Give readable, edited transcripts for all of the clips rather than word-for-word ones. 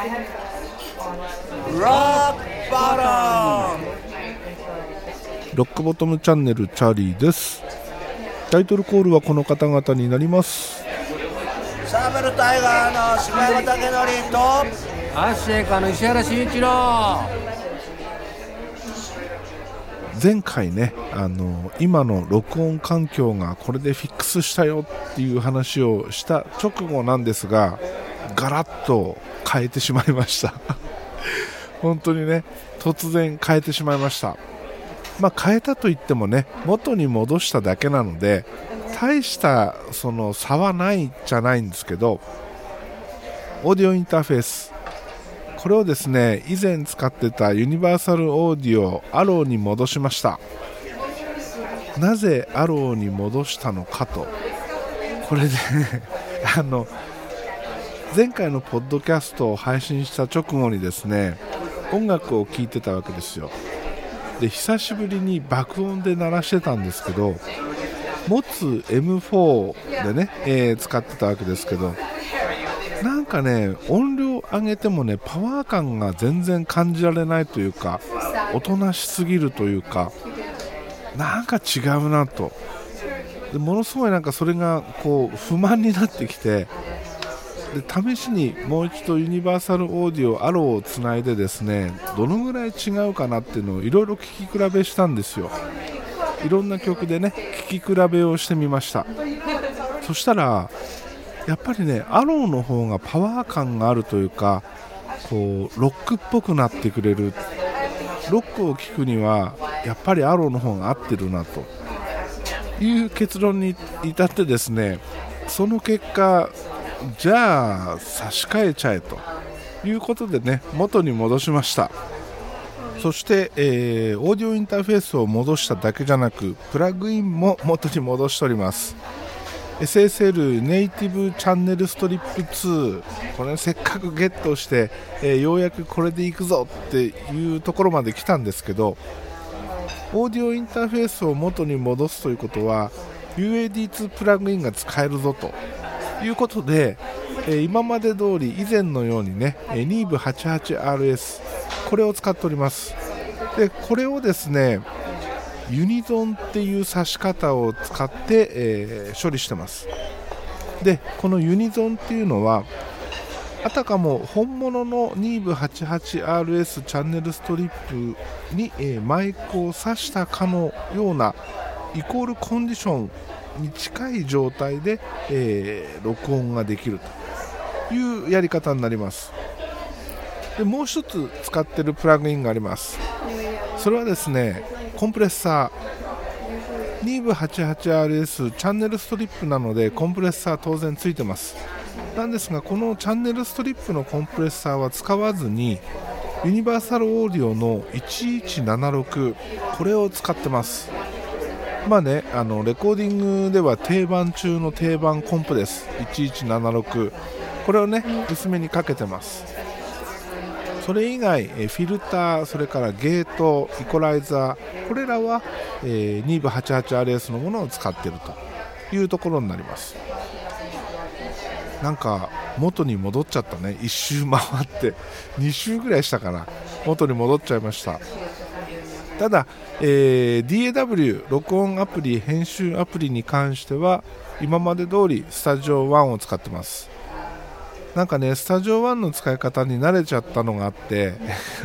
ロックボトムチャンネルチャーリーです。タイトルコールはこの方々になります。 サーベルタイガーの柴山武則とアッシェイカーの石原慎一郎。 前回ね、今の録音環境がこれでフィックスしたよっていう話をした直後なんですが、ガラッと変えてしまいました本当にね、突然変えてしまいました。変えたといってもね、元に戻しただけなので大したその差はないじゃないんですけど、オーディオインターフェース、これをですね、以前使ってたユニバーサルオーディオアローに戻しました。なぜアローに戻したのかと、これで前回のポッドキャストを配信した直後にですね、音楽を聴いてたわけですよ。で、久しぶりに爆音で鳴らしてたんですけど、持つ M4 でね、使ってたわけですけど、なんかね、音量上げてもね、パワー感が全然感じられないというか、おとなしすぎるというか、なんか違うなと。でものすごいなんかそれがこう不満になってきて、で試しにもう一度ユニバーサルオーディオアローをつないでですね、どのぐらい違うかなっていうのをいろいろ聞き比べしたんですよ。いろんな曲でね、聞き比べをしてみました。そしたらやっぱりね、アローの方がパワー感があるというか、こうロックっぽくなってくれる。ロックを聴くにはやっぱりアローの方が合ってるなという結論に至ってですね、その結果、じゃあ差し替えちゃえということでね、元に戻しました。そして、オーディオインターフェースを戻しただけじゃなく、プラグインも元に戻しております。SSL ネイティブチャンネルストリップ2、これせっかくゲットして、ようやくこれでいくぞっていうところまで来たんですけど、オーディオインターフェースを元に戻すということは UAD2 プラグインが使えるぞということで、今まで通り以前のようにね、NIV88RS、 これを使っております。でこれをですね、ユニゾンっていう差し方を使って、処理してます。でこのユニゾンっていうのは、あたかも本物の NIV88RS チャンネルストリップに、マイクを挿したかのようなイコールコンディションに近い状態で、録音ができるというやり方になります。でもう一つ使っているプラグインがあります。それはですね、コンプレッサー。 NIV88RS チャンネルストリップなのでコンプレッサー当然ついてます。なんですが、このチャンネルストリップのコンプレッサーは使わずにユニバーサルオーディオの1176、これを使ってます。レコーディングでは定番中の定番コンプです。1176、これをね、薄めにかけてます。それ以外、フィルター、それからゲート、イコライザー、これらは、NIV88RS のものを使っているというところになります。なんか元に戻っちゃったね。1周回って2周ぐらいしたかな、元に戻っちゃいました。ただ、DAW 録音アプリ、編集アプリに関しては今まで通りスタジオ1を使ってます。なんかね、スタジオ1の使い方に慣れちゃったのがあって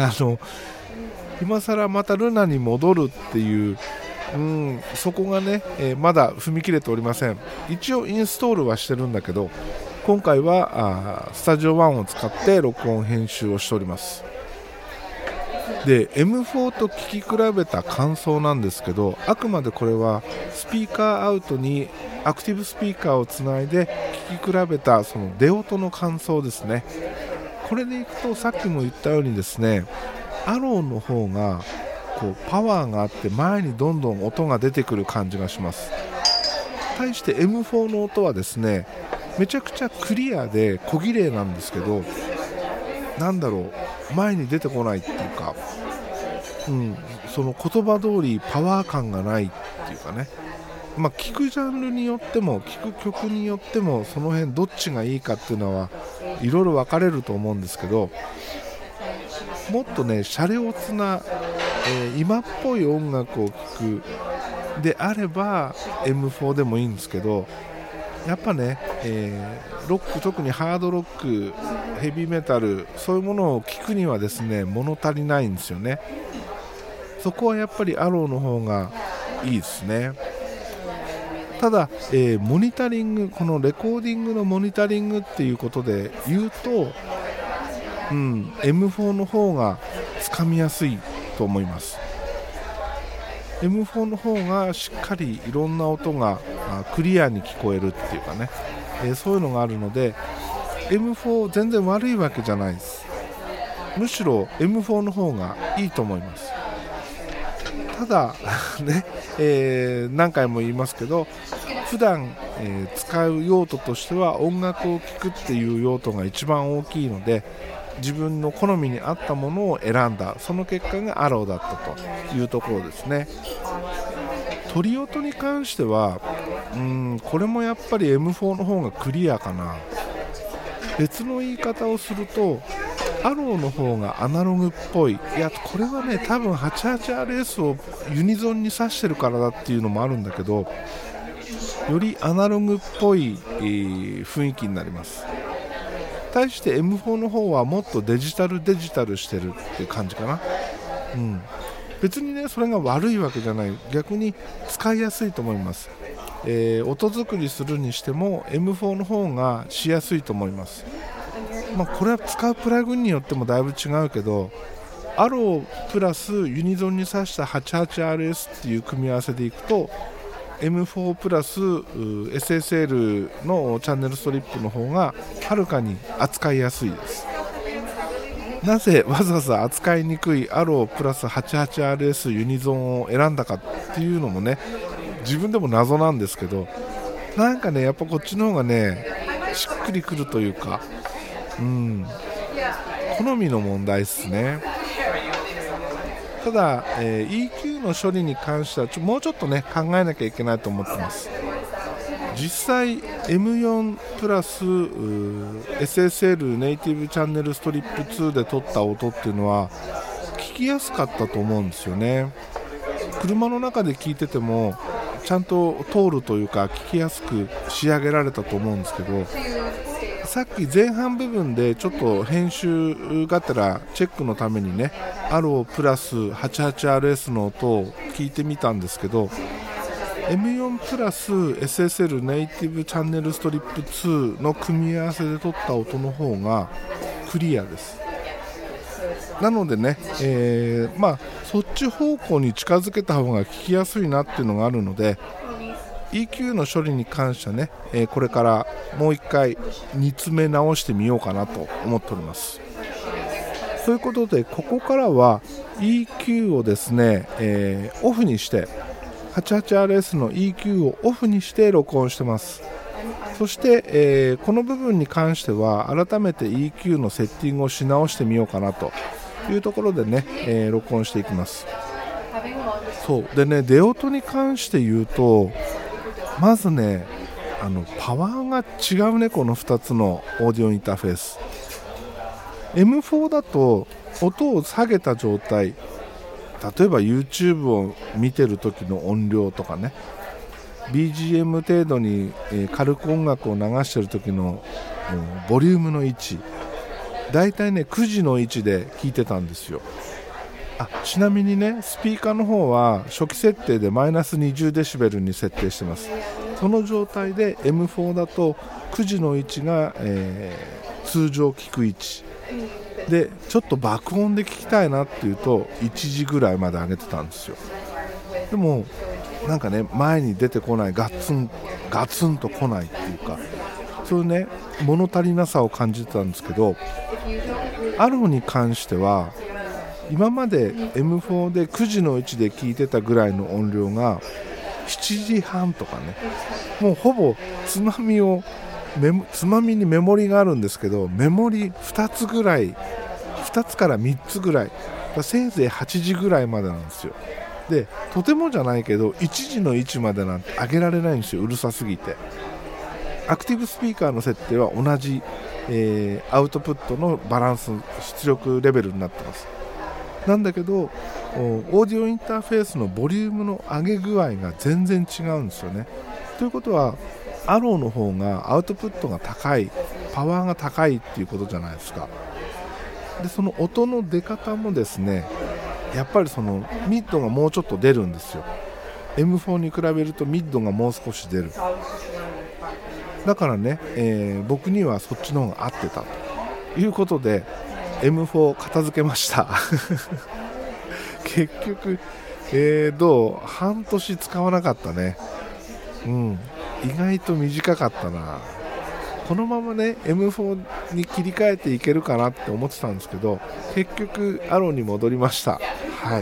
今更またルナに戻るっていう、そこがね、まだ踏み切れておりません。一応インストールはしてるんだけど、今回はスタジオ1を使って録音編集をしております。で M4 と聞き比べた感想なんですけど、あくまでこれはスピーカーアウトにアクティブスピーカーをつないで聞き比べたその出音の感想ですね。これでいくと、さっきも言ったようにですね、アローの方がこうパワーがあって前にどんどん音が出てくる感じがします。対して M4 の音はですね、めちゃくちゃクリアで小綺麗なんですけど、なんだろう、前に出てこないっていうか、その言葉通りパワー感がないっていうかね、聴くジャンルによっても聴く曲によってもその辺どっちがいいかっていうのはいろいろ分かれると思うんですけど、もっとねシャレオツな、今っぽい音楽を聴くであれば M4 でもいいんですけど、やっぱね、ロック、特にハードロック、ヘビーメタル、そういうものを聴くにはですね物足りないんですよね。そこはやっぱりアローの方がいいですね。ただ、モニタリング、このレコーディングのモニタリングっていうことで言うと、M4 の方がつかみやすいと思います。M4 の方がしっかりいろんな音がクリアに聞こえるっていうかね、そういうのがあるので M4 全然悪いわけじゃないです。むしろ M4 の方がいいと思います。ただね、何回も言いますけど、普段、使う用途としては音楽を聴くっていう用途が一番大きいので、自分の好みに合ったものを選んだ、その結果がアローだったというところですね。鳥音に関してはこれもやっぱり M4 の方がクリアかな。別の言い方をするとアローの方がアナログっぽい。いやこれはね多分 88RS をユニゾンに挿してるからだっていうのもあるんだけど、よりアナログっぽい、雰囲気になります。対して M4 の方はもっとデジタルしてるっていう感じかな。別にねそれが悪いわけじゃない、逆に使いやすいと思います。音作りするにしても M4 の方がしやすいと思います。これは使うプラグインによってもだいぶ違うけど、アロープラスユニゾンに挿した 88RS っていう組み合わせでいくと M4 プラス SSL のチャンネルストリップの方がはるかに扱いやすいです。なぜわざわざ扱いにくいアロープラス 88RS ユニゾンを選んだかっていうのもね自分でも謎なんですけど、なんかねやっぱこっちの方がねしっくりくるというか、好みの問題ですね。ただ、EQ の処理に関してはもうちょっとね考えなきゃいけないと思ってます。実際 M4 プラス SSL ネイティブチャンネルストリップ2で撮った音っていうのは聞きやすかったと思うんですよね。車の中で聞いててもちゃんと通るというか聞きやすく仕上げられたと思うんですけど、さっき前半部分でちょっと編集がてらチェックのためにねアロープラス 88RS の音を聞いてみたんですけど、M4 プラス SSL ネイティブチャンネルストリップ2の組み合わせで撮った音の方がクリアです。なのでね、そっち方向に近づけた方が聞きやすいなっていうのがあるので EQ の処理に関してはね、これからもう一回煮詰め直してみようかなと思っております。ということでここからは EQ をですね、オフにして 88RS の EQ をオフにして録音してます。そして、この部分に関しては改めて EQ のセッティングをし直してみようかなというところでね、録音していきます。そうでね、出音に関して言うとまずねパワーが違うね。この2つのオーディオインターフェース M4 だと音を下げた状態、例えば YouTube を見てる時の音量とかね BGM 程度に軽く音楽を流してる時のボリュームの位置、だいたいね9時の位置で聞いてたんですよ。ちなみにねスピーカーの方は初期設定でマイナス20デシベルに設定してます。その状態で M4 だと9時の位置が、通常聞く位置で、ちょっと爆音で聞きたいなっていうと1時ぐらいまで上げてたんですよ。でもなんかね前に出てこない、ガツンと来ないっていうか、そういうね物足りなさを感じてたんですけど、アローに関しては今まで M4 で9時の位置で聞いてたぐらいの音量が7時半とかね、もうほぼつまみにメモリがあるんですけど、メモリ2つぐらい、2つから3つぐらい、せいぜい8時ぐらいまでなんですよ。でとてもじゃないけど1時の位置までなんて上げられないんですよ、うるさすぎて。アクティブスピーカーの設定は同じアウトプットのバランス、出力レベルになってます。なんだけどオーディオインターフェースのボリュームの上げ具合が全然違うんですよね。ということはアローの方がアウトプットが高い、パワーが高いっていうことじゃないですか。でその音の出方もですね、やっぱりそのミッドがもうちょっと出るんですよ。 M4 に比べるとミッドがもう少し出る。だからね、僕にはそっちの方が合ってたということで M4 片付けました結局、どう半年使わなかったね。意外と短かったな。このままね M4 に切り替えていけるかなって思ってたんですけど、結局アローに戻りました。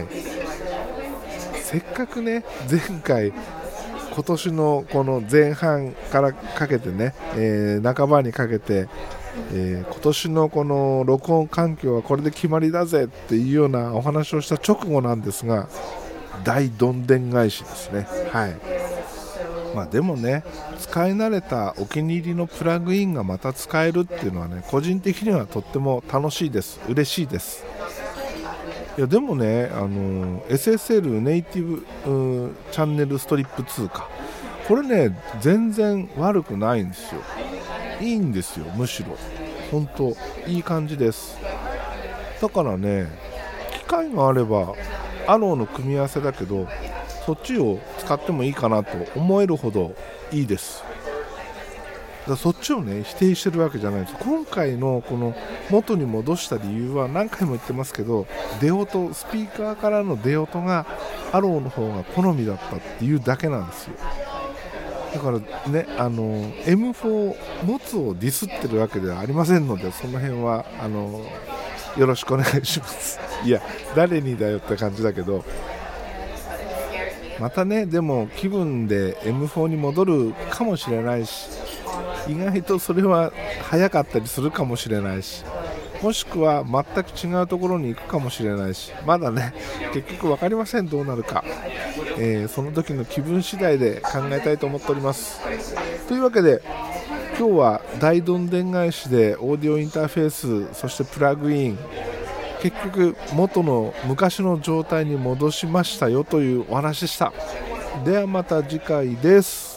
せっかくね前回今年のこの前半からかけてね、半ばにかけて、今年のこの録音環境はこれで決まりだぜっていうようなお話をした直後なんですが、大どんでん返しですね。でもね、使い慣れたお気に入りのプラグインがまた使えるっていうのはね、個人的にはとっても楽しいです。嬉しいです。いやでもね、SSL ネイティブチャンネルストリップ2か、これね全然悪くないんですよ。いいんですよ、むしろ本当いい感じです。だからね、機会があればアローの組み合わせだけどそっちを使ってもいいかなと思えるほどいいです。だそっちをね否定してるわけじゃないです。今回のこの元に戻した理由は何回も言ってますけど、出音、スピーカーからの出音がアローの方が好みだったっていうだけなんですよ。だからね、M4 モツをディスってるわけではありませんので、その辺はよろしくお願いしますいや誰にだよって感じだけど、またねでも気分で M4 に戻るかもしれないし、意外とそれは早かったりするかもしれないし、もしくは全く違うところに行くかもしれないし、まだね結局分かりません、どうなるか。その時の気分次第で考えたいと思っております。というわけで今日は大どんでん返しでオーディオインターフェース、そしてプラグイン、結局元の昔の状態に戻しましたよというお話でした。ではまた次回です。